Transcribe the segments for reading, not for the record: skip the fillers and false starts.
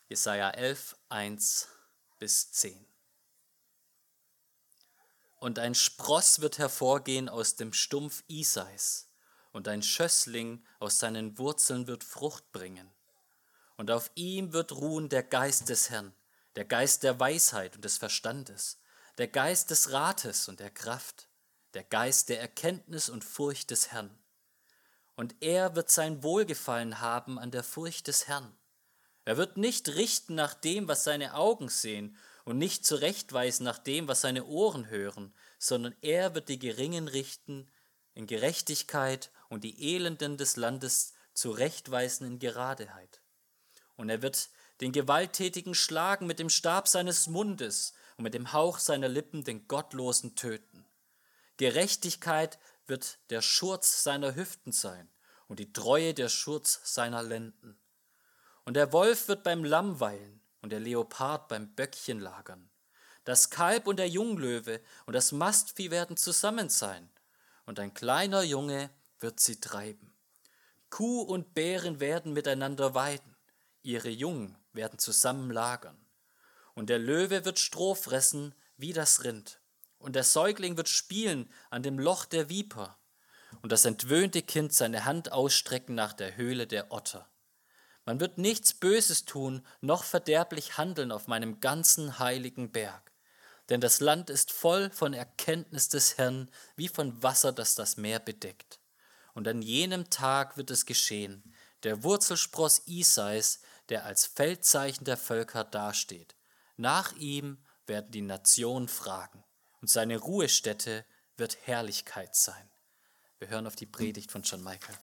Jesaja 11, 1-10. Und ein Spross wird hervorgehen aus dem Stumpf Isais, und ein Schössling aus seinen Wurzeln wird Frucht bringen. Und auf ihm wird ruhen der Geist des Herrn, der Geist der Weisheit und des Verstandes, der Geist des Rates und der Kraft, der Geist der Erkenntnis und Furcht des Herrn. Und er wird sein Wohlgefallen haben an der Furcht des Herrn. Er wird nicht richten nach dem, was seine Augen sehen, und nicht zurechtweisen nach dem, was seine Ohren hören, sondern er wird die Geringen richten in Gerechtigkeit und die Elenden des Landes zurechtweisen in Geradeheit. Und er wird den Gewalttätigen schlagen mit dem Stab seines Mundes und mit dem Hauch seiner Lippen den Gottlosen töten. Gerechtigkeit wird der Schurz seiner Hüften sein und die Treue der Schurz seiner Lenden. Und der Wolf wird beim Lamm weilen und der Leopard beim Böckchen lagern. Das Kalb und der Junglöwe und das Mastvieh werden zusammen sein, und ein kleiner Junge wird sie treiben. Kuh und Bären werden miteinander weiden, ihre Jungen werden zusammen lagern. Und der Löwe wird Stroh fressen wie das Rind, und der Säugling wird spielen an dem Loch der Viper, und das entwöhnte Kind seine Hand ausstrecken nach der Höhle der Otter. Man wird nichts Böses tun, noch verderblich handeln auf meinem ganzen heiligen Berg. Denn das Land ist voll von Erkenntnis des Herrn, wie von Wasser, das das Meer bedeckt. Und an jenem Tag wird es geschehen, der Wurzelspross Isais, der als Feldzeichen der Völker dasteht. Nach ihm werden die Nationen fragen, und seine Ruhestätte wird Herrlichkeit sein. Wir hören auf die Predigt von John Michael.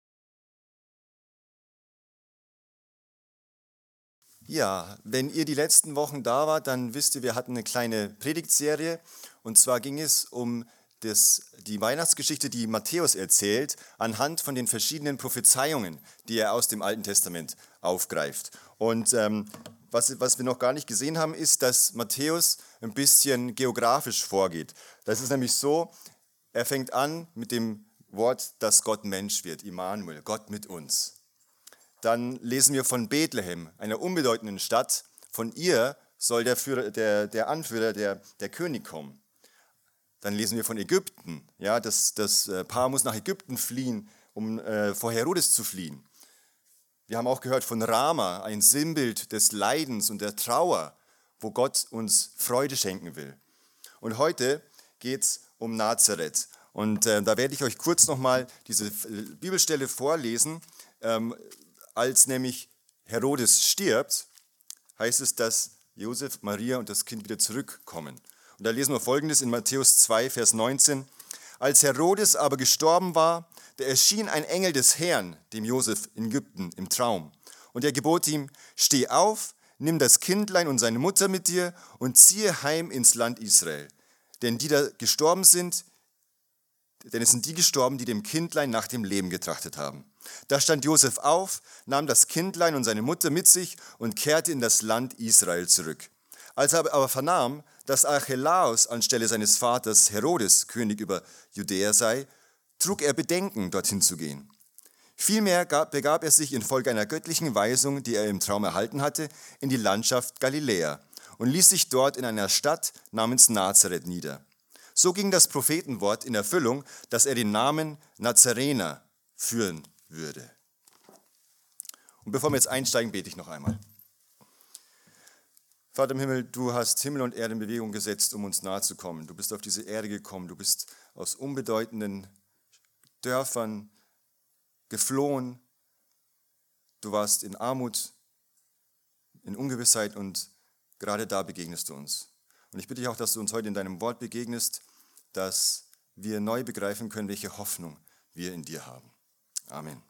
Ja, wenn ihr die letzten Wochen da wart, dann wisst ihr, wir hatten eine kleine Predigtserie. Und zwar ging es um die Weihnachtsgeschichte, die Matthäus erzählt, anhand von den verschiedenen Prophezeiungen, die er aus dem Alten Testament aufgreift. Und was wir noch gar nicht gesehen haben, ist, dass Matthäus ein bisschen geografisch vorgeht. Das ist nämlich so, er fängt an mit dem Wort, dass Gott Mensch wird, Immanuel, Gott mit uns. Dann lesen wir von Bethlehem, einer unbedeutenden Stadt. Von ihr soll der Anführer, der König kommen. Dann lesen wir von Ägypten. Ja, das Paar muss nach Ägypten fliehen, um vor Herodes zu fliehen. Wir haben auch gehört von Rama, ein Sinnbild des Leidens und der Trauer, wo Gott uns Freude schenken will. Und heute geht es um Nazareth. Und da werde ich euch kurz nochmal diese Bibelstelle vorlesen. Als nämlich Herodes stirbt, heißt es, dass Josef, Maria und das Kind wieder zurückkommen. Und da lesen wir Folgendes in Matthäus 2, Vers 19. Als Herodes aber gestorben war, da erschien ein Engel des Herrn, dem Josef in Ägypten, im Traum. Und er gebot ihm, steh auf, nimm das Kindlein und seine Mutter mit dir und ziehe heim ins Land Israel. Denn es sind die gestorben, die dem Kindlein nach dem Leben getrachtet haben. Da stand Josef auf, nahm das Kindlein und seine Mutter mit sich und kehrte in das Land Israel zurück. Als er aber vernahm, dass Archelaus anstelle seines Vaters Herodes König über Judäa sei, trug er Bedenken, dorthin zu gehen. Vielmehr begab er sich infolge einer göttlichen Weisung, die er im Traum erhalten hatte, in die Landschaft Galiläa und ließ sich dort in einer Stadt namens Nazareth nieder. So ging das Prophetenwort in Erfüllung, dass er den Namen Nazarener führen würde. Und bevor wir jetzt einsteigen, bete ich noch einmal. Vater im Himmel, du hast Himmel und Erde in Bewegung gesetzt, um uns nahe zu kommen. Du bist auf diese Erde gekommen, du bist aus unbedeutenden Dörfern geflohen. Du warst in Armut, in Ungewissheit und gerade da begegnest du uns. Und ich bitte dich auch, dass du uns heute in deinem Wort begegnest, dass wir neu begreifen können, welche Hoffnung wir in dir haben. Amen.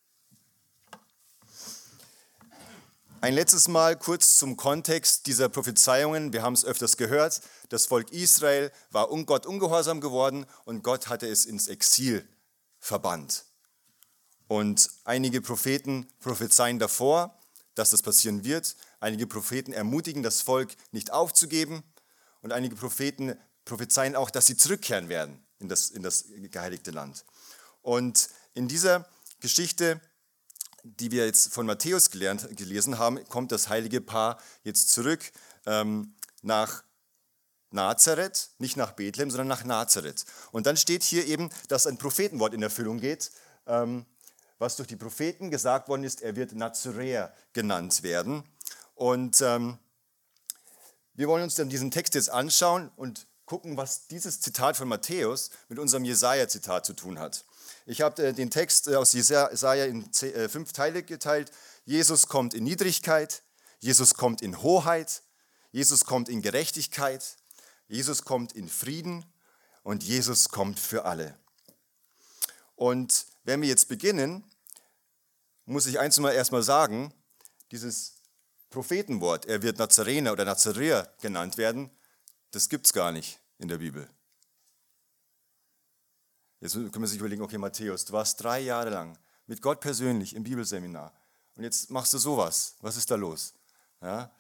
Ein letztes Mal kurz zum Kontext dieser Prophezeiungen. Wir haben es öfters gehört. Das Volk Israel war Gott ungehorsam geworden und Gott hatte es ins Exil verbannt. Und einige Propheten prophezeien davor, dass das passieren wird. Einige Propheten ermutigen das Volk, nicht aufzugeben. Und einige Propheten prophezeien auch, dass sie zurückkehren werden in das geheiligte Land. Und in dieser Geschichte die wir jetzt von Matthäus gelesen haben, kommt das heilige Paar jetzt zurück nach Nazareth, nicht nach Bethlehem, sondern nach Nazareth. Und dann steht hier eben, dass ein Prophetenwort in Erfüllung geht, was durch die Propheten gesagt worden ist, er wird Nazaräer genannt werden. Und wir wollen uns dann diesen Text jetzt anschauen und gucken, was dieses Zitat von Matthäus mit unserem Jesaja-Zitat zu tun hat. Ich habe den Text aus Jesaja in 5 Teile geteilt. Jesus kommt in Niedrigkeit, Jesus kommt in Hoheit, Jesus kommt in Gerechtigkeit, Jesus kommt in Frieden und Jesus kommt für alle. Und wenn wir jetzt beginnen, muss ich eins mal erstmal sagen, dieses Prophetenwort, er wird Nazarener oder Nazaräer genannt werden, das gibt es gar nicht in der Bibel. Jetzt können wir sich überlegen, okay Matthäus, du warst 3 Jahre lang mit Gott persönlich im Bibelseminar und jetzt machst du sowas. Was ist da los? Ja,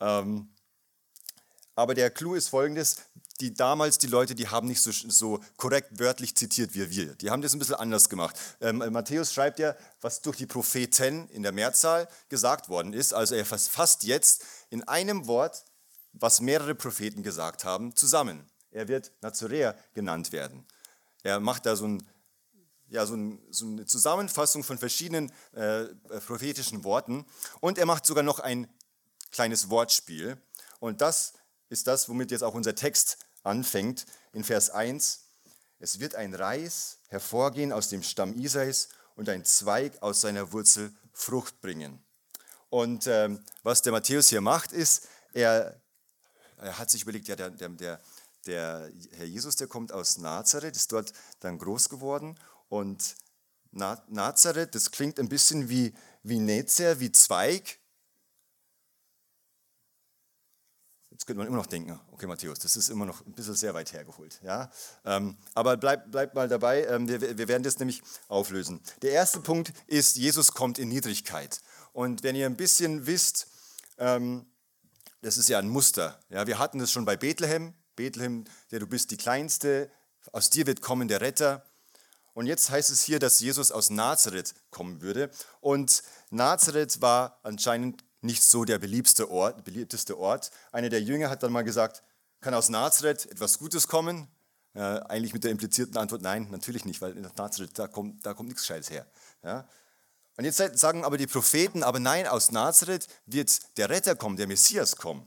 aber der Clou ist folgendes, damals die Leute, die haben nicht so korrekt wörtlich zitiert wie wir. Die haben das ein bisschen anders gemacht. Matthäus schreibt ja, was durch die Propheten in der Mehrzahl gesagt worden ist. Also er fasst jetzt in einem Wort, was mehrere Propheten gesagt haben, zusammen. Er wird Nazaräer genannt werden. Er macht da so eine Zusammenfassung von verschiedenen prophetischen Worten und er macht sogar noch ein kleines Wortspiel. Und das ist das, womit jetzt auch unser Text anfängt. In Vers 1, es wird ein Reis hervorgehen aus dem Stamm Isais und ein Zweig aus seiner Wurzel Frucht bringen. Und was der Matthäus hier macht, ist, er hat sich überlegt, ja, der Herr Jesus, der kommt aus Nazareth, ist dort dann groß geworden. Und Nazareth, das klingt ein bisschen wie Nezer, wie Zweig. Jetzt könnte man immer noch denken, okay Matthäus, das ist immer noch ein bisschen sehr weit hergeholt. Ja? Aber bleibt mal dabei, wir werden das nämlich auflösen. Der erste Punkt ist, Jesus kommt in Niedrigkeit. Und wenn ihr ein bisschen wisst, das ist ja ein Muster. Ja? Wir hatten das schon bei Bethlehem. Bethlehem, du bist die Kleinste, aus dir wird kommen der Retter. Und jetzt heißt es hier, dass Jesus aus Nazareth kommen würde. Und Nazareth war anscheinend nicht so der beliebteste Ort. Einer der Jünger hat dann mal gesagt, kann aus Nazareth etwas Gutes kommen? Eigentlich mit der implizierten Antwort, nein, natürlich nicht, weil in Nazareth, da kommt nichts Gescheites her. Ja? Und jetzt sagen aber die Propheten, aber nein, aus Nazareth wird der Retter kommen, der Messias kommen.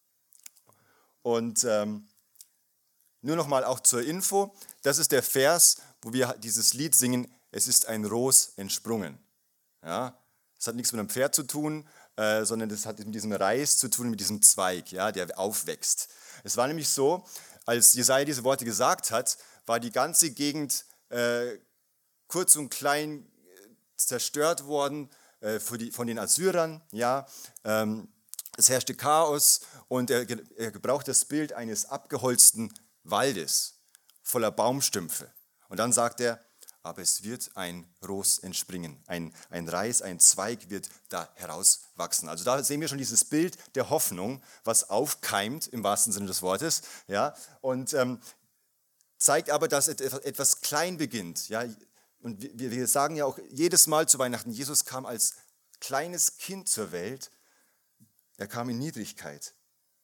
Und nur nochmal auch zur Info, das ist der Vers, wo wir dieses Lied singen, es ist ein Ros entsprungen. Ja? Das hat nichts mit einem Pferd zu tun, sondern das hat mit diesem Reis zu tun, mit diesem Zweig, ja, der aufwächst. Es war nämlich so, als Jesaja diese Worte gesagt hat, war die ganze Gegend kurz und klein zerstört worden von den Assyrern. Ja, es herrschte Chaos und er gebraucht das Bild eines abgeholzten Waldes voller Baumstümpfe. Und dann sagt er, aber es wird ein Ros entspringen, ein Reis, ein Zweig wird da herauswachsen. Also da sehen wir schon dieses Bild der Hoffnung, was aufkeimt im wahrsten Sinne des Wortes, ja, und zeigt aber, dass etwas klein beginnt. Ja. Und wir sagen ja auch jedes Mal zu Weihnachten, Jesus kam als kleines Kind zur Welt, er kam in Niedrigkeit.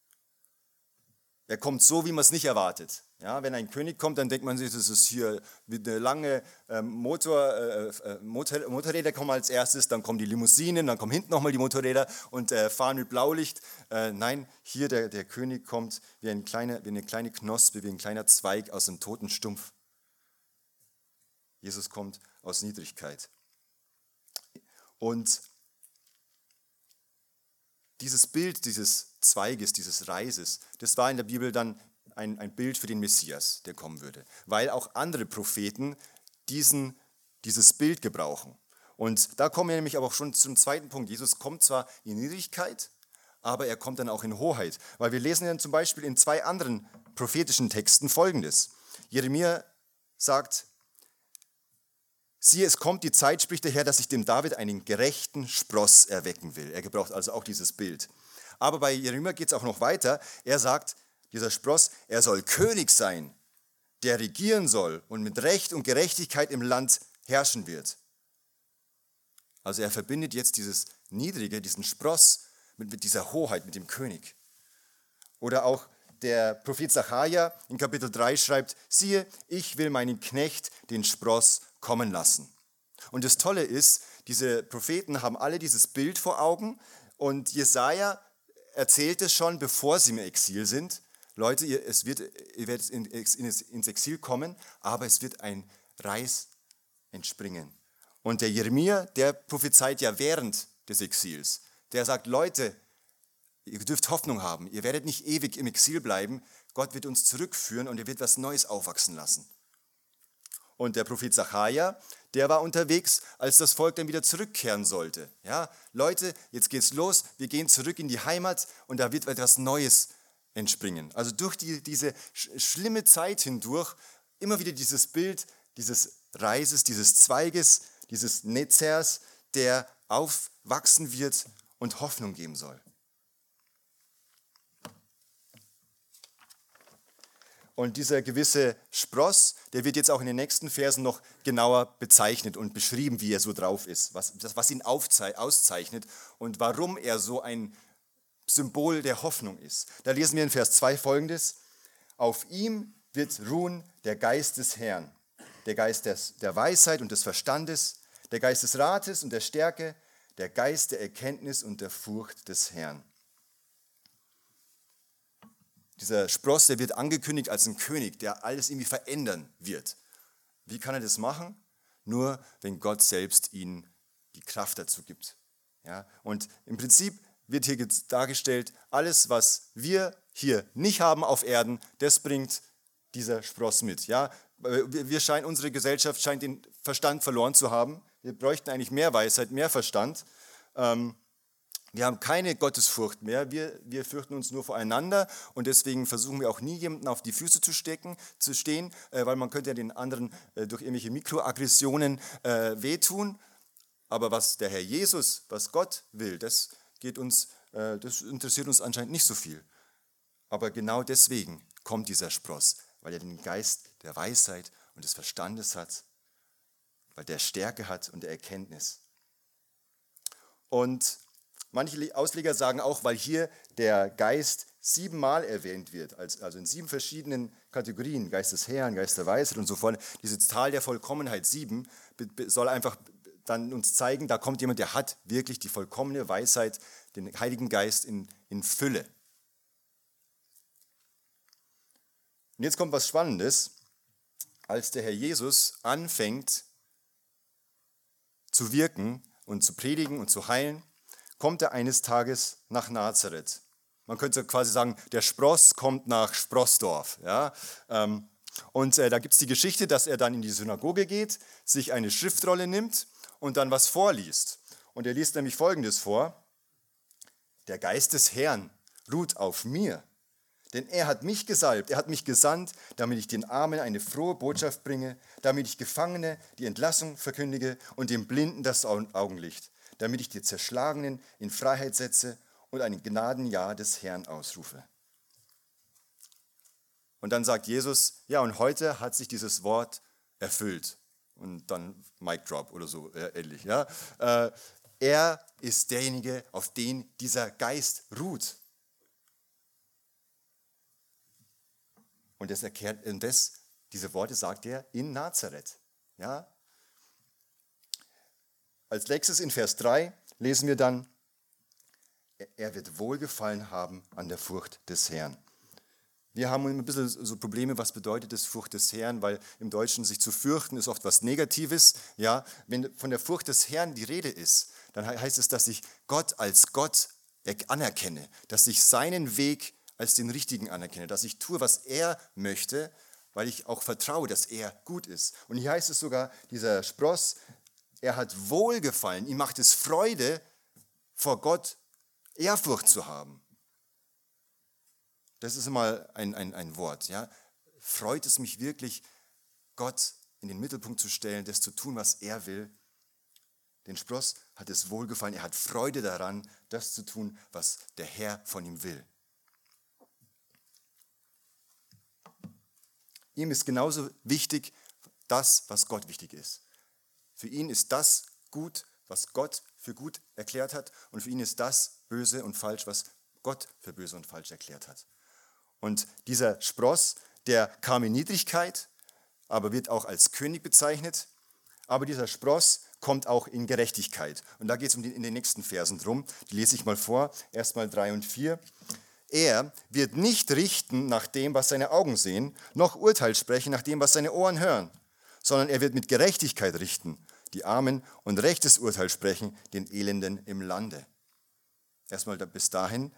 Er kommt so, wie man es nicht erwartet. Ja, wenn ein König kommt, dann denkt man sich, das ist hier eine lange Motorräder kommen als erstes, dann kommen die Limousinen, dann kommen hinten nochmal die Motorräder und fahren mit Blaulicht. Nein, hier der König kommt wie eine kleine Knospe, wie ein kleiner Zweig aus einem toten Stumpf. Jesus kommt aus Niedrigkeit. Und dieses Bild dieses Zweiges, dieses Reises, das war in der Bibel dann ein Bild für den Messias, der kommen würde. Weil auch andere Propheten dieses Bild gebrauchen. Und da kommen wir nämlich aber auch schon zum zweiten Punkt. Jesus kommt zwar in Niedrigkeit, aber er kommt dann auch in Hoheit. Weil wir lesen dann zum Beispiel in 2 anderen prophetischen Texten Folgendes. Jeremia sagt, siehe, es kommt die Zeit, spricht der Herr, dass ich dem David einen gerechten Spross erwecken will. Er gebraucht also auch dieses Bild. Aber bei Jeremia geht es auch noch weiter. Er sagt, dieser Spross, er soll König sein, der regieren soll und mit Recht und Gerechtigkeit im Land herrschen wird. Also er verbindet jetzt dieses Niedrige, diesen Spross mit dieser Hoheit, mit dem König. Oder auch der Prophet Sacharja in Kapitel 3 schreibt, siehe, ich will meinen Knecht, den Spross, kommen lassen. Und das Tolle ist, diese Propheten haben alle dieses Bild vor Augen und Jesaja erzählt es schon, bevor sie im Exil sind. Leute, ihr werdet ins Exil kommen, aber es wird ein Reis entspringen. Und der Jeremia, der prophezeit ja während des Exils. Der sagt, Leute, ihr dürft Hoffnung haben, ihr werdet nicht ewig im Exil bleiben, Gott wird uns zurückführen und er wird was Neues aufwachsen lassen. Und der Prophet Sacharja, der war unterwegs, als das Volk dann wieder zurückkehren sollte. Ja, Leute, jetzt geht's los, wir gehen zurück in die Heimat und da wird etwas Neues entspringen. Also durch diese schlimme Zeit hindurch immer wieder dieses Bild dieses Reises, dieses Zweiges, dieses Nezers, der aufwachsen wird und Hoffnung geben soll. Und dieser gewisse Spross, der wird jetzt auch in den nächsten Versen noch genauer bezeichnet und beschrieben, wie er so drauf ist, was ihn auszeichnet und warum er so ein Symbol der Hoffnung ist. Da lesen wir in Vers 2 Folgendes: Auf ihm wird ruhen der Geist des Herrn, der Geist der Weisheit und des Verstandes, der Geist des Rates und der Stärke, der Geist der Erkenntnis und der Furcht des Herrn. Dieser Spross, der wird angekündigt als ein König, der alles irgendwie verändern wird. Wie kann er das machen? Nur, wenn Gott selbst ihm die Kraft dazu gibt. Ja? Und im Prinzip wird hier dargestellt, alles, was wir hier nicht haben auf Erden, das bringt dieser Spross mit. Ja? Unsere Gesellschaft scheint den Verstand verloren zu haben. Wir bräuchten eigentlich mehr Weisheit, mehr Verstand. Wir haben keine Gottesfurcht mehr, wir fürchten uns nur voreinander und deswegen versuchen wir auch nie jemanden auf die Füße zu stehen, weil man könnte ja den anderen durch irgendwelche Mikroaggressionen wehtun. Aber was der Herr Jesus, was Gott will, das interessiert uns anscheinend nicht so viel. Aber genau deswegen kommt dieser Spross, weil er den Geist der Weisheit und des Verstandes hat, weil der Stärke hat und der Erkenntnis. Und manche Ausleger sagen auch, weil hier der Geist 7-mal erwähnt wird, also in 7 verschiedenen Kategorien, Geist des Herrn, Geist der Weisheit und so fort, diese Zahl der Vollkommenheit 7 soll einfach dann uns zeigen, da kommt jemand, der hat wirklich die vollkommene Weisheit, den Heiligen Geist in Fülle. Und jetzt kommt was Spannendes, als der Herr Jesus anfängt zu wirken und zu predigen und zu heilen, kommt er eines Tages nach Nazareth. Man könnte quasi sagen, der Spross kommt nach Sprossdorf. Ja? Und da gibt es die Geschichte, dass er dann in die Synagoge geht, sich eine Schriftrolle nimmt und dann was vorliest. Und er liest nämlich Folgendes vor: Der Geist des Herrn ruht auf mir, denn er hat mich gesalbt, er hat mich gesandt, damit ich den Armen eine frohe Botschaft bringe, damit ich Gefangene die Entlassung verkündige und dem Blinden das Augenlicht, damit ich die Zerschlagenen in Freiheit setze und ein Gnadenjahr des Herrn ausrufe. Und dann sagt Jesus, ja, und heute hat sich dieses Wort erfüllt. Und dann Mic Drop oder so ähnlich. Ja? Er ist derjenige, auf den dieser Geist ruht. Und diese Worte sagt er in Nazareth. Ja? Als nächstes in Vers 3 lesen wir dann, er wird Wohlgefallen haben an der Furcht des Herrn. Wir haben ein bisschen so Probleme, was bedeutet das Furcht des Herrn, weil im Deutschen sich zu fürchten ist oft was Negatives. Ja? Wenn von der Furcht des Herrn die Rede ist, dann heißt es, dass ich Gott als Gott anerkenne, dass ich seinen Weg als den richtigen anerkenne, dass ich tue, was er möchte, weil ich auch vertraue, dass er gut ist. Und hier heißt es sogar, dieser Spross, er hat Wohlgefallen, ihm macht es Freude, vor Gott Ehrfurcht zu haben. Das ist immer ein Wort. Ja? Freut es mich wirklich, Gott in den Mittelpunkt zu stellen, das zu tun, was er will? Den Spross hat es wohlgefallen, er hat Freude daran, das zu tun, was der Herr von ihm will. Ihm ist genauso wichtig das, was Gott wichtig ist. Für ihn ist das gut, was Gott für gut erklärt hat, und für ihn ist das böse und falsch, was Gott für böse und falsch erklärt hat. Und dieser Spross, der kam in Niedrigkeit, aber wird auch als König bezeichnet. Aber dieser Spross kommt auch in Gerechtigkeit. Und da geht es in den nächsten Versen drum. Die lese ich mal vor, erstmal 3 und 4. Er wird nicht richten nach dem, was seine Augen sehen, noch Urteil sprechen nach dem, was seine Ohren hören, sondern er wird mit Gerechtigkeit richten, die Armen, und rechtes Urteil sprechen, den Elenden im Lande. Erstmal bis dahin.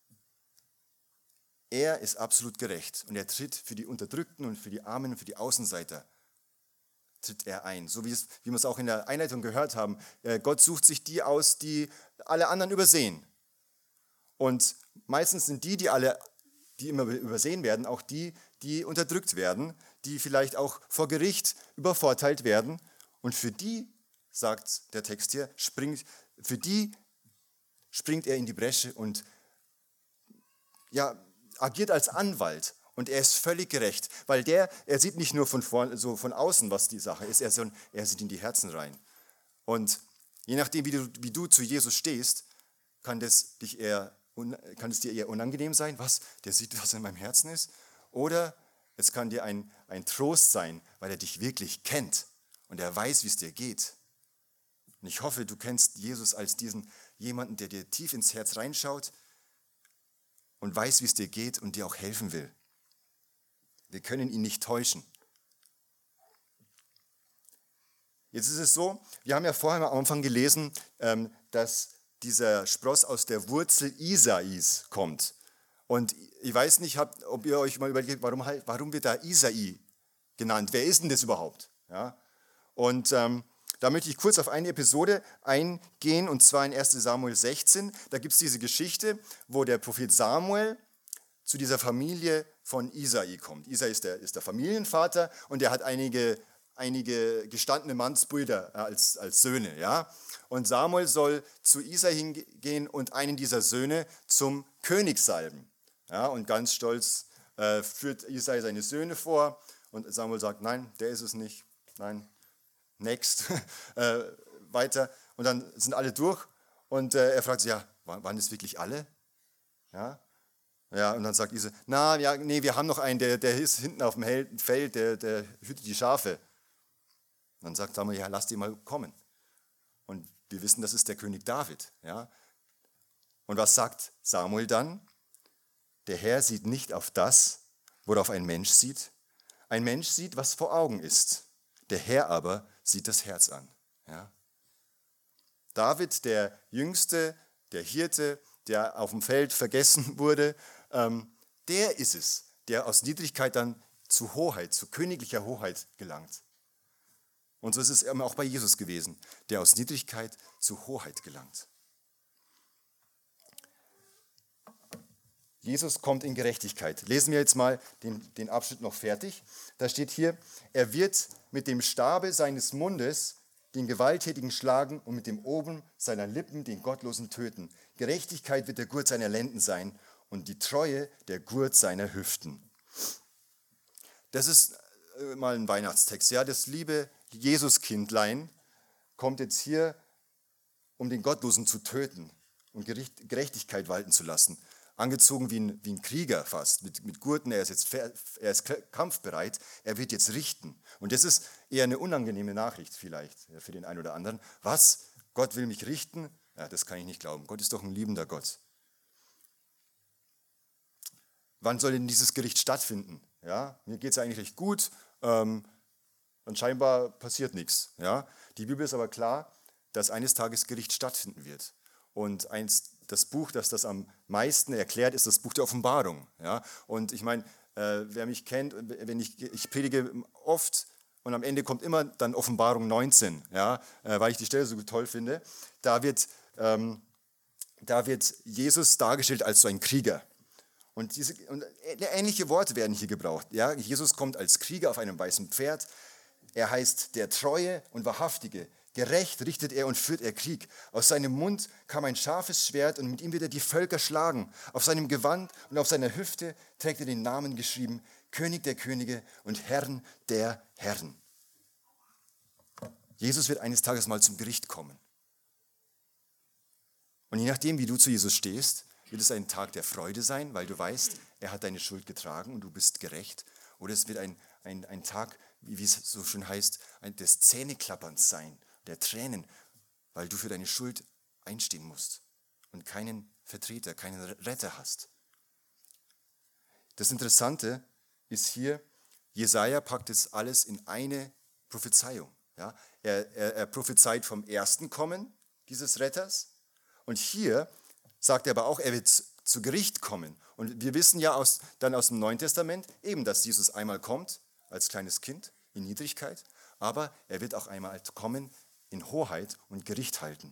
Er ist absolut gerecht und er tritt für die Unterdrückten und für die Armen und für die Außenseiter tritt er ein. So wie wir es auch in der Einleitung gehört haben. Gott sucht sich die aus, die alle anderen übersehen. Und meistens sind die immer übersehen werden, auch die unterdrückt werden, die vielleicht auch vor Gericht übervorteilt werden. Und für die, sagt der Text hier, springt er in die Bresche und agiert als Anwalt. Und er ist völlig gerecht, weil er sieht nicht nur von außen, was die Sache ist, sondern er sieht in die Herzen rein. Und je nachdem, wie du zu Jesus stehst, kann es dir eher unangenehm sein, der sieht, was in meinem Herzen ist. Oder es kann dir ein Trost sein, weil er dich wirklich kennt und er weiß, wie es dir geht. Und ich hoffe, du kennst Jesus als jemanden, der dir tief ins Herz reinschaut und weiß, wie es dir geht und dir auch helfen will. Wir können ihn nicht täuschen. Jetzt ist es so, wir haben ja vorher am Anfang gelesen, dass dieser Spross aus der Wurzel Isais kommt. Und ich weiß nicht, ob ihr euch mal überlegt, warum wird da Isai genannt? Wer ist denn das überhaupt? Ja? Und da möchte ich kurz auf eine Episode eingehen, und zwar in 1. Samuel 16. Da gibt es diese Geschichte, wo der Prophet Samuel zu dieser Familie von Isai kommt. Isai ist der Familienvater und er hat einige gestandene Mannsbrüder als Söhne. Ja? Und Samuel soll zu Isai hingehen und einen dieser Söhne zum König salben. Ja? Und ganz stolz führt Isai seine Söhne vor und Samuel sagt, nein, der ist es nicht. Nein, next, weiter. Und dann sind alle durch und er fragt sich, waren es wirklich alle? Ja, und dann sagt Isai, wir haben noch einen, der ist hinten auf dem Feld, der hütet die Schafe. Und dann sagt Samuel, lass den mal kommen. Und wir wissen, das ist der König David. Ja. Und was sagt Samuel dann? Der Herr sieht nicht auf das, worauf ein Mensch sieht. Ein Mensch sieht, was vor Augen ist. Der Herr aber sieht das Herz an. Ja. David, der Jüngste, der Hirte, der auf dem Feld vergessen wurde, der ist es, der aus Niedrigkeit dann zu Hoheit, zu königlicher Hoheit gelangt. Und so ist es auch bei Jesus gewesen, der aus Niedrigkeit zu Hoheit gelangt. Jesus kommt in Gerechtigkeit. Lesen wir jetzt mal den Abschnitt noch fertig. Da steht hier, er wird mit dem Stabe seines Mundes den Gewalttätigen schlagen und mit dem Oben seiner Lippen den Gottlosen töten. Gerechtigkeit wird der Gurt seiner Lenden sein und die Treue der Gurt seiner Hüften. Das ist mal ein Weihnachtstext. Ja, das liebe Jesuskindlein kommt jetzt hier, um den Gottlosen zu töten und Gerechtigkeit walten zu lassen. Angezogen wie ein Krieger fast, mit Gurten, er ist kampfbereit, er wird jetzt richten. Und das ist eher eine unangenehme Nachricht vielleicht für den einen oder anderen. Was? Gott will mich richten? Ja, das kann ich nicht glauben. Gott ist doch ein liebender Gott. Wann soll denn dieses Gericht stattfinden? Ja, mir geht es eigentlich recht gut und scheinbar passiert nichts. Ja? Die Bibel ist aber klar, dass eines Tages Gericht stattfinden wird. Und das Buch, das am meisten erklärt, ist das Buch der Offenbarung. Ja? Und ich meine, wer mich kennt, ich predige oft und am Ende kommt immer dann Offenbarung 19, ja? Weil ich die Stelle so toll finde. Da wird Jesus dargestellt als so ein Krieger. Und ähnliche Worte werden hier gebraucht. Ja? Jesus kommt als Krieger auf einem weißen Pferd. Er heißt der Treue und Wahrhaftige. Gerecht richtet er und führt er Krieg. Aus seinem Mund kam ein scharfes Schwert und mit ihm wird er die Völker schlagen. Auf seinem Gewand und auf seiner Hüfte trägt er den Namen geschrieben, König der Könige und Herrn der Herren. Jesus wird eines Tages mal zum Gericht kommen. Und je nachdem, wie du zu Jesus stehst, wird es ein Tag der Freude sein, weil du weißt, er hat deine Schuld getragen und du bist gerecht. Oder es wird ein Tag, wie es so schön heißt, des Zähneklapperns sein, der Tränen, weil du für deine Schuld einstehen musst und keinen Vertreter, keinen Retter hast. Das Interessante ist hier, Jesaja packt es alles in eine Prophezeiung. Ja? Er prophezeit vom ersten Kommen dieses Retters und hier sagt er aber auch, er wird zu Gericht kommen. Und wir wissen ja dann aus dem Neuen Testament eben, dass Jesus einmal kommt als kleines Kind in Niedrigkeit, aber er wird auch einmal kommen in Hoheit und Gericht halten.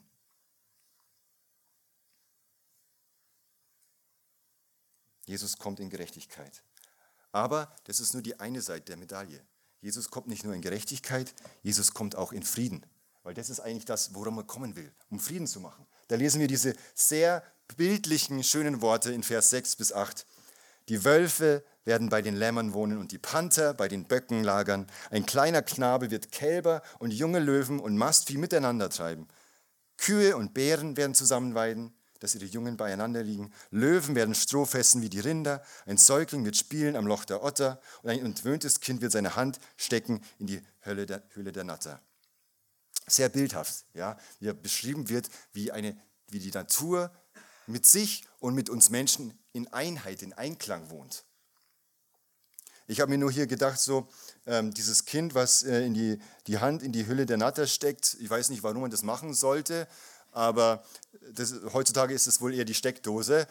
Jesus kommt in Gerechtigkeit. Aber das ist nur die eine Seite der Medaille. Jesus kommt nicht nur in Gerechtigkeit, Jesus kommt auch in Frieden. Weil das ist eigentlich das, worum er kommen will, um Frieden zu machen. Da lesen wir diese sehr bildlichen, schönen Worte in Vers 6 bis 8. Die Wölfe werden bei den Lämmern wohnen und die Panther bei den Böcken lagern. Ein kleiner Knabe wird Kälber und junge Löwen und Mastvieh miteinander treiben. Kühe und Bären werden zusammenweiden, dass ihre Jungen beieinander liegen. Löwen werden Stroh fressen wie die Rinder. Ein Säugling wird spielen am Loch der Otter. Und ein entwöhntes Kind wird seine Hand stecken in die Höhle der Natter. Sehr bildhaft, ja, wie beschrieben wird, wie die Natur mit sich und mit uns Menschen in Einheit, in Einklang wohnt. Ich habe mir nur hier gedacht, so dieses Kind, was die Hand in die Hülle der Natter steckt, ich weiß nicht, warum man das machen sollte, aber heutzutage ist es wohl eher die Steckdose.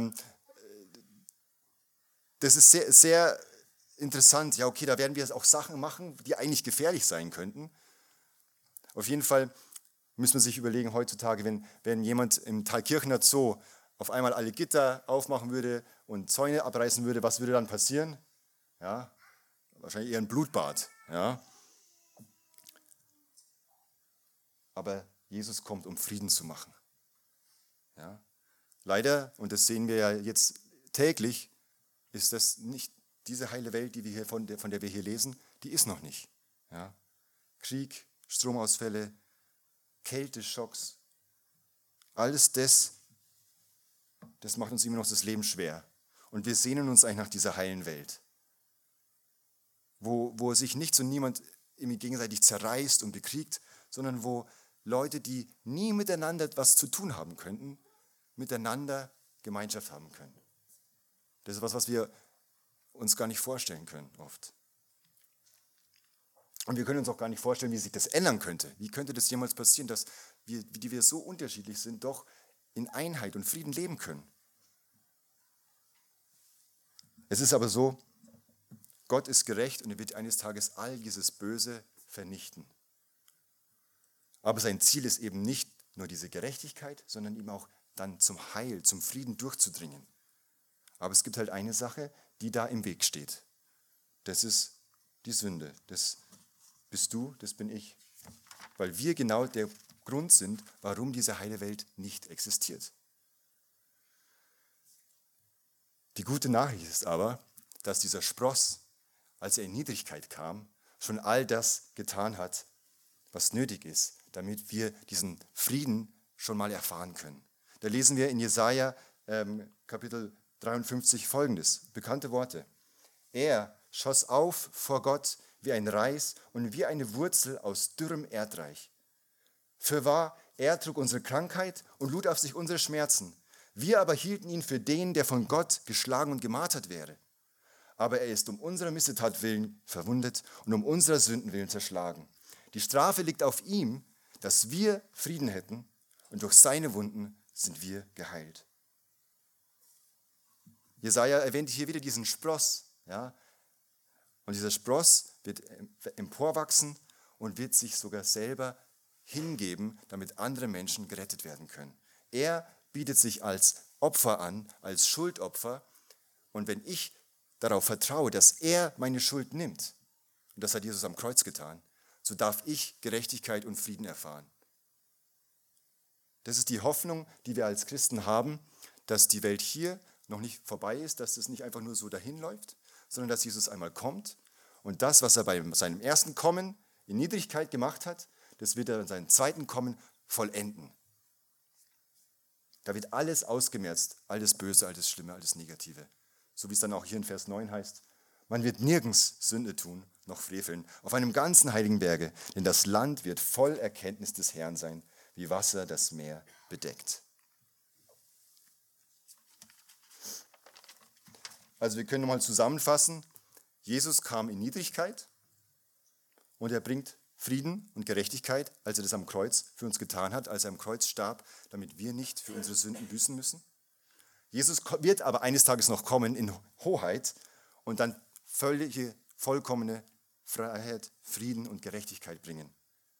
Das ist sehr, sehr interessant. Ja, okay, da werden wir auch Sachen machen, die eigentlich gefährlich sein könnten. Auf jeden Fall müssen wir sich überlegen, heutzutage, wenn jemand im Thalkirchner Zoo auf einmal alle Gitter aufmachen würde und Zäune abreißen würde, was würde dann passieren? Ja, wahrscheinlich eher ein Blutbad. Ja. Aber Jesus kommt, um Frieden zu machen. Ja. Leider, und das sehen wir ja jetzt täglich, ist das nicht diese heile Welt, die wir hier, von der wir hier lesen, die ist noch nicht. Ja. Krieg, Stromausfälle, Kälteschocks, alles das macht uns immer noch das Leben schwer. Und wir sehnen uns eigentlich nach dieser heilen Welt, wo sich nichts und niemand irgendwie gegenseitig zerreißt und bekriegt, sondern wo Leute, die nie miteinander was zu tun haben könnten, miteinander Gemeinschaft haben können. Das ist was wir uns gar nicht vorstellen können oft. Und wir können uns auch gar nicht vorstellen, wie sich das ändern könnte. Wie könnte das jemals passieren, dass wir so unterschiedlich sind, doch in Einheit und Frieden leben können. Es ist aber so, Gott ist gerecht und er wird eines Tages all dieses Böse vernichten. Aber sein Ziel ist eben nicht nur diese Gerechtigkeit, sondern eben auch dann zum Heil, zum Frieden durchzudringen. Aber es gibt halt eine Sache, die da im Weg steht. Das ist die Sünde. Das bist du, das bin ich. Weil wir genau der Grund sind, warum diese heile Welt nicht existiert. Die gute Nachricht ist aber, dass dieser Spross, als er in Niedrigkeit kam, schon all das getan hat, was nötig ist, damit wir diesen Frieden schon mal erfahren können. Da lesen wir in Jesaja Kapitel 53 folgendes, bekannte Worte. Er schoss auf vor Gott wie ein Reis und wie eine Wurzel aus dürrem Erdreich. Fürwahr, er trug unsere Krankheit und lud auf sich unsere Schmerzen. Wir aber hielten ihn für den, der von Gott geschlagen und gemartert wäre. Aber er ist um unserer Missetat willen verwundet und um unserer Sünden willen zerschlagen. Die Strafe liegt auf ihm, dass wir Frieden hätten, und durch seine Wunden sind wir geheilt. Jesaja erwähnt hier wieder diesen Spross. Ja? Und dieser Spross wird emporwachsen und wird sich sogar selber hingeben, damit andere Menschen gerettet werden können. Er bietet sich als Opfer an, als Schuldopfer. Und wenn ich darauf vertraue, dass er meine Schuld nimmt, und das hat Jesus am Kreuz getan, so darf ich Gerechtigkeit und Frieden erfahren. Das ist die Hoffnung, die wir als Christen haben, dass die Welt hier noch nicht vorbei ist, dass es nicht einfach nur so dahin läuft, sondern dass Jesus einmal kommt und das, was er bei seinem ersten Kommen in Niedrigkeit gemacht hat, das wird er in seinem zweiten Kommen vollenden. Da wird alles ausgemerzt, alles Böse, alles Schlimme, alles Negative. So wie es dann auch hier in Vers 9 heißt, man wird nirgends Sünde tun, noch freveln, auf einem ganzen heiligen Berge, denn das Land wird voll Erkenntnis des Herrn sein, wie Wasser das Meer bedeckt. Also wir können nochmal zusammenfassen, Jesus kam in Niedrigkeit und er bringt Frieden und Gerechtigkeit, als er das am Kreuz für uns getan hat, als er am Kreuz starb, damit wir nicht für unsere Sünden büßen müssen. Jesus wird aber eines Tages noch kommen in Hoheit und dann völlige, vollkommene Freiheit, Frieden und Gerechtigkeit bringen.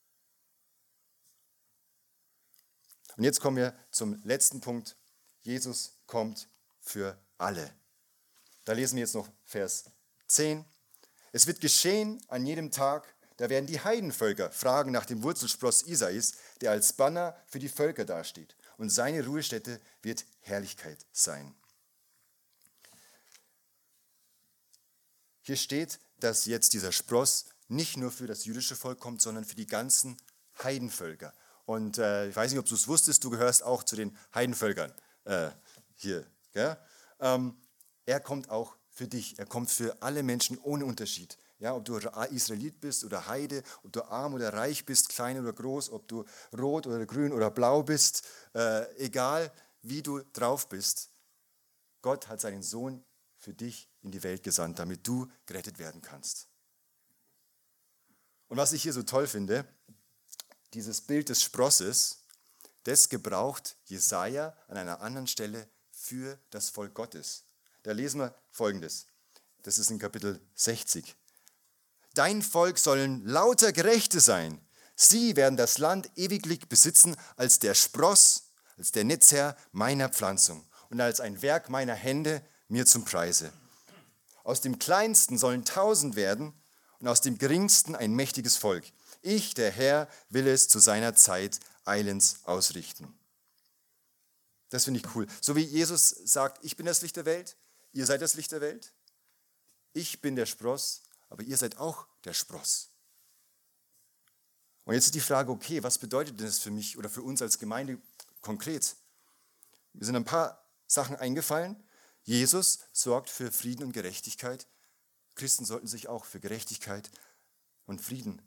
Und jetzt kommen wir zum letzten Punkt. Jesus kommt für alle. Da lesen wir jetzt noch Vers 10. Es wird geschehen an jedem Tag, da werden die Heidenvölker fragen nach dem Wurzelspross Isais, der als Banner für die Völker dasteht. Und seine Ruhestätte wird Herrlichkeit sein. Hier steht, dass jetzt dieser Spross nicht nur für das jüdische Volk kommt, sondern für die ganzen Heidenvölker. Und ich weiß nicht, ob du es wusstest, du gehörst auch zu den Heidenvölkern hier. Gell? Er kommt auch für dich, er kommt für alle Menschen ohne Unterschied. Ja, ob du Israelit bist oder Heide, ob du arm oder reich bist, klein oder groß, ob du rot oder grün oder blau bist, egal wie du drauf bist, Gott hat seinen Sohn für dich in die Welt gesandt, damit du gerettet werden kannst. Und was ich hier so toll finde, dieses Bild des Sprosses, das gebraucht Jesaja an einer anderen Stelle für das Volk Gottes. Da lesen wir Folgendes, das ist in Kapitel 60. Dein Volk sollen lauter Gerechte sein. Sie werden das Land ewiglich besitzen als der Spross, als der Netzherr meiner Pflanzung und als ein Werk meiner Hände mir zum Preise. Aus dem Kleinsten sollen 1000 werden und aus dem Geringsten ein mächtiges Volk. Ich, der Herr, will es zu seiner Zeit eilends ausrichten. Das finde ich cool. So wie Jesus sagt, ich bin das Licht der Welt, ihr seid das Licht der Welt. Ich bin der Spross, aber ihr seid auch der Spross. Und jetzt ist die Frage, okay, was bedeutet das für mich oder für uns als Gemeinde konkret? Mir sind ein paar Sachen eingefallen. Jesus sorgt für Frieden und Gerechtigkeit. Christen sollten sich auch für Gerechtigkeit und Frieden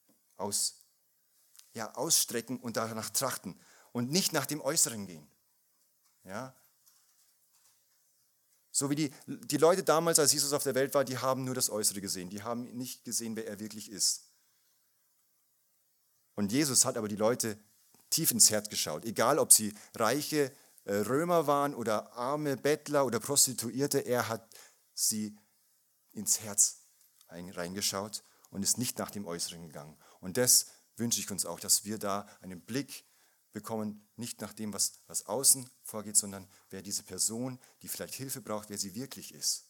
ausstrecken und danach trachten und nicht nach dem Äußeren gehen. Ja? So wie die Leute damals, als Jesus auf der Welt war, die haben nur das Äußere gesehen. Die haben nicht gesehen, wer er wirklich ist. Und Jesus hat aber die Leute tief ins Herz geschaut. Egal, ob sie reiche Römer waren oder arme Bettler oder Prostituierte, er hat sie ins Herz reingeschaut und ist nicht nach dem Äußeren gegangen. Und das wünsche ich uns auch, dass wir da einen Blick bekommen, nicht nach dem, was außen vorgeht, sondern wer diese Person, die vielleicht Hilfe braucht, wer sie wirklich ist.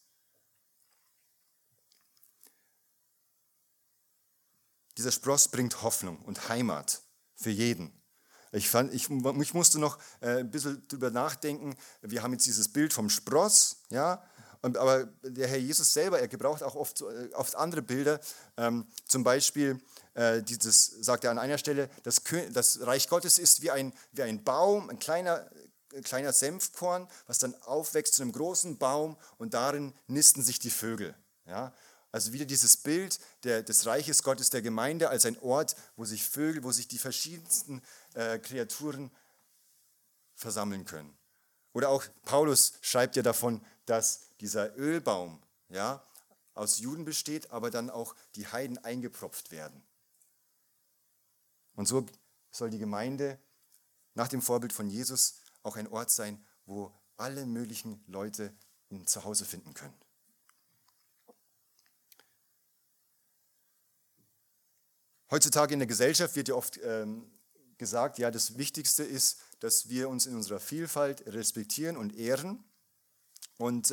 Dieser Spross bringt Hoffnung und Heimat für jeden. Ich musste noch ein bisschen drüber nachdenken. Wir haben jetzt dieses Bild vom Spross, ja, aber der Herr Jesus selber, er gebraucht auch oft andere Bilder. Zum Beispiel, sagt er an einer Stelle, das Reich Gottes ist wie ein Baum, ein kleiner Senfkorn, was dann aufwächst zu einem großen Baum und darin nisten sich die Vögel. Ja? Also wieder dieses Bild des Reiches Gottes, der Gemeinde als ein Ort, wo sich Vögel, wo sich die verschiedensten Kreaturen versammeln können. Oder auch Paulus schreibt ja davon, dass dieser Ölbaum aus Juden besteht, aber dann auch die Heiden eingepropft werden. Und so soll die Gemeinde nach dem Vorbild von Jesus auch ein Ort sein, wo alle möglichen Leute ein Zuhause finden können. Heutzutage in der Gesellschaft wird ja oft gesagt, ja, das Wichtigste ist, dass wir uns in unserer Vielfalt respektieren und ehren. Und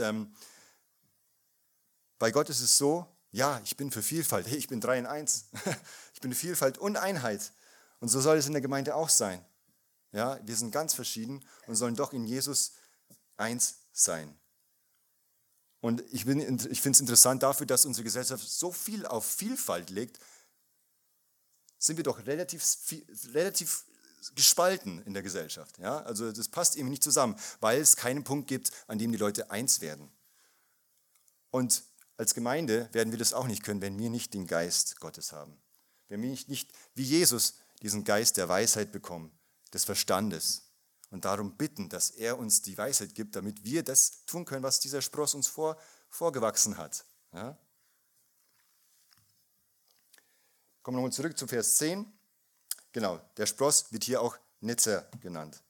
bei Gott ist es so, ja, ich bin für Vielfalt, hey, ich bin 3 in 1. Ich bin für Vielfalt und Einheit. Und so soll es in der Gemeinde auch sein. Ja, wir sind ganz verschieden und sollen doch in Jesus eins sein. Und ich finde es interessant, dafür, dass unsere Gesellschaft so viel auf Vielfalt legt, sind wir doch relativ gespalten in der Gesellschaft. Ja? Also das passt eben nicht zusammen, weil es keinen Punkt gibt, an dem die Leute eins werden. Und als Gemeinde werden wir das auch nicht können, wenn wir nicht den Geist Gottes haben. Wenn wir nicht wie Jesus diesen Geist der Weisheit bekommen, des Verstandes und darum bitten, dass er uns die Weisheit gibt, damit wir das tun können, was dieser Spross uns vorgewachsen hat. Ja? Kommen wir nochmal zurück zu Vers 10. Genau, der Spross wird hier auch Netzer genannt.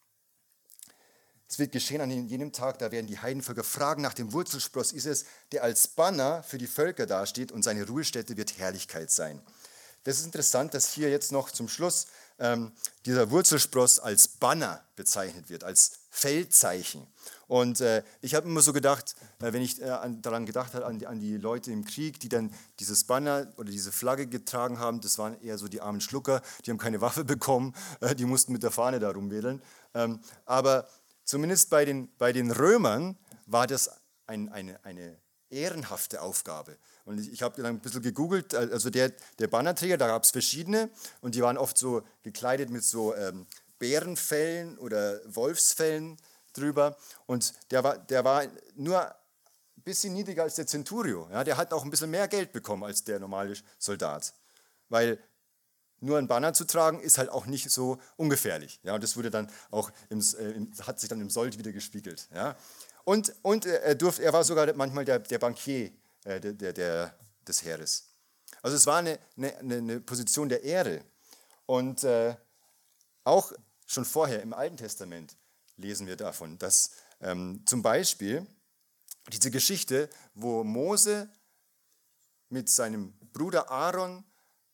Es wird geschehen an jenem Tag, da werden die Heidenvölker fragen nach dem Wurzelspross Isais, der als Banner für die Völker dasteht, und seine Ruhestätte wird Herrlichkeit sein. Das ist interessant, dass hier jetzt noch zum Schluss dieser Wurzelspross als Banner bezeichnet wird, als Feldzeichen. Und ich habe immer so gedacht, wenn ich daran gedacht habe, an die Leute im Krieg, die dann dieses Banner oder diese Flagge getragen haben, das waren eher so die armen Schlucker, die haben keine Waffe bekommen, die mussten mit der Fahne da rumwedeln. Aber zumindest bei den Römern war das eine ehrenhafte Aufgabe. Und ich habe dann ein bisschen gegoogelt, also der Bannerträger, da gab es verschiedene und die waren oft so gekleidet mit so Bärenfellen oder Wolfsfellen drüber, und der war nur ein bisschen niedriger als der Centurio. Ja, der hat auch ein bisschen mehr Geld bekommen als der normale Soldat, weil nur ein Banner zu tragen ist halt auch nicht so ungefährlich. Ja, und das wurde dann auch hat sich dann im Sold wieder gespiegelt. Ja. Und er war sogar manchmal der Bankier des Heeres. Also es war eine Position der Ehre. Und auch schon vorher im Alten Testament lesen wir davon, dass zum Beispiel diese Geschichte, wo Mose mit seinem Bruder Aaron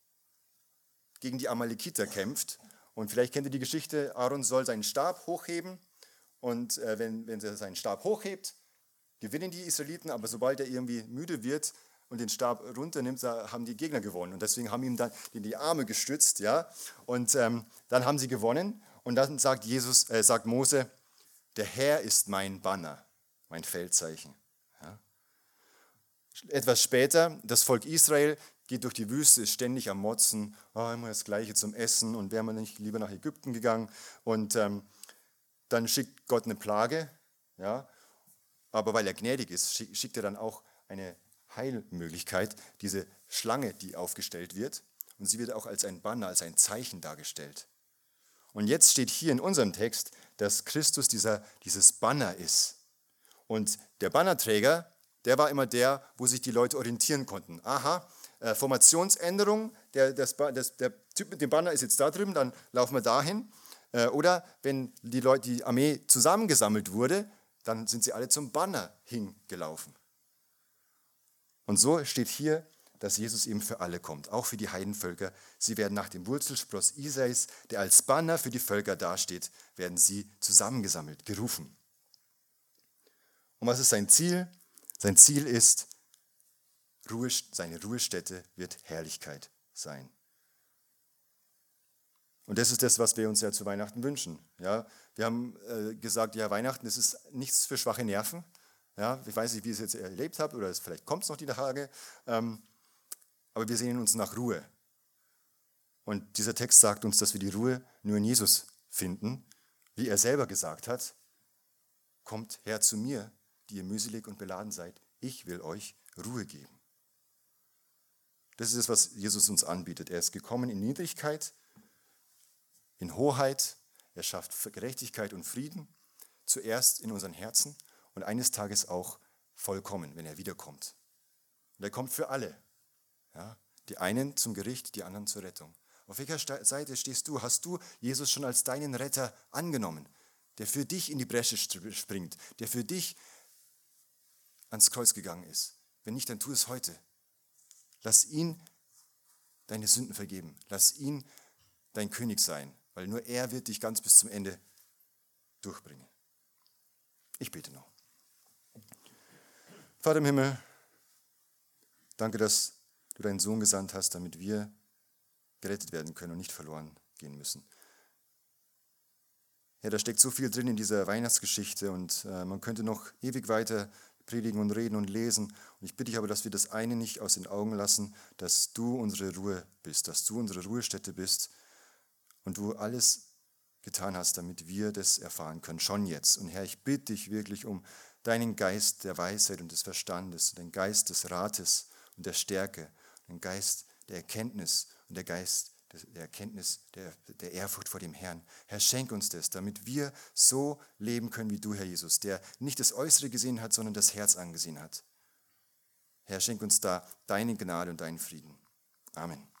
gegen die Amalekiter kämpft. Und vielleicht kennt ihr die Geschichte, Aaron soll seinen Stab hochheben. Und wenn er seinen Stab hochhebt, gewinnen die Israeliten, aber sobald er irgendwie müde wird und den Stab runternimmt, haben die Gegner gewonnen. Und deswegen haben ihm dann die Arme gestützt. Ja? Und dann haben sie gewonnen. Und dann sagt Mose, der Herr ist mein Banner, mein Feldzeichen. Ja? Etwas später, das Volk Israel geht durch die Wüste, ist ständig am Motzen, immer das Gleiche zum Essen, und wäre man nicht lieber nach Ägypten gegangen. Und dann schickt Gott eine Plage, ja, aber weil er gnädig ist, schickt er dann auch eine Heilmöglichkeit, diese Schlange, die aufgestellt wird, und sie wird auch als ein Banner, als ein Zeichen dargestellt. Und jetzt steht hier in unserem Text, dass Christus dieses Banner ist. Und der Bannerträger, der war immer der, wo sich die Leute orientieren konnten. Aha, Formationsänderung, der Typ mit dem Banner ist jetzt da drüben, dann laufen wir dahin. Oder wenn die Armee zusammengesammelt wurde, dann sind sie alle zum Banner hingelaufen. Und so steht hier, dass Jesus eben für alle kommt, auch für die Heidenvölker. Sie werden nach dem Wurzelspross Isais, der als Banner für die Völker dasteht, werden sie zusammengesammelt, gerufen. Und was ist sein Ziel? Sein Ziel ist, seine Ruhestätte wird Herrlichkeit sein. Und das ist das, was wir uns ja zu Weihnachten wünschen. Ja, wir haben gesagt, ja, Weihnachten, das ist nichts für schwache Nerven. Ja, ich weiß nicht, wie ihr es jetzt erlebt habt, oder vielleicht kommt es noch die Tage. Aber wir sehnen uns nach Ruhe. Und dieser Text sagt uns, dass wir die Ruhe nur in Jesus finden. Wie er selber gesagt hat, kommt her zu mir, die ihr mühselig und beladen seid. Ich will euch Ruhe geben. Das ist es, was Jesus uns anbietet. Er ist gekommen in Niedrigkeit, in Hoheit. Er schafft Gerechtigkeit und Frieden, zuerst in unseren Herzen und eines Tages auch vollkommen, wenn er wiederkommt. Und er kommt für alle. Ja, die einen zum Gericht, die anderen zur Rettung. Auf welcher Seite stehst du? Hast du Jesus schon als deinen Retter angenommen, der für dich in die Bresche springt, der für dich ans Kreuz gegangen ist? Wenn nicht, dann tu es heute. Lass ihn deine Sünden vergeben. Lass ihn dein König sein, weil nur er wird dich ganz bis zum Ende durchbringen. Ich bete noch. Vater im Himmel, danke, dass du deinen Sohn gesandt hast, damit wir gerettet werden können und nicht verloren gehen müssen. Ja, da steckt so viel drin in dieser Weihnachtsgeschichte, und man könnte noch ewig weiter predigen und reden und lesen. Und ich bitte dich aber, dass wir das eine nicht aus den Augen lassen, dass du unsere Ruhe bist, dass du unsere Ruhestätte bist und du alles getan hast, damit wir das erfahren können, schon jetzt. Und Herr, ich bitte dich wirklich um deinen Geist der Weisheit und des Verstandes, den Geist des Rates und der Stärke, den Geist der Erkenntnis und der Geist der Erkenntnis, der Ehrfurcht vor dem Herrn. Herr, schenk uns das, damit wir so leben können wie du, Herr Jesus, der nicht das Äußere gesehen hat, sondern das Herz angesehen hat. Herr, schenk uns da deine Gnade und deinen Frieden. Amen.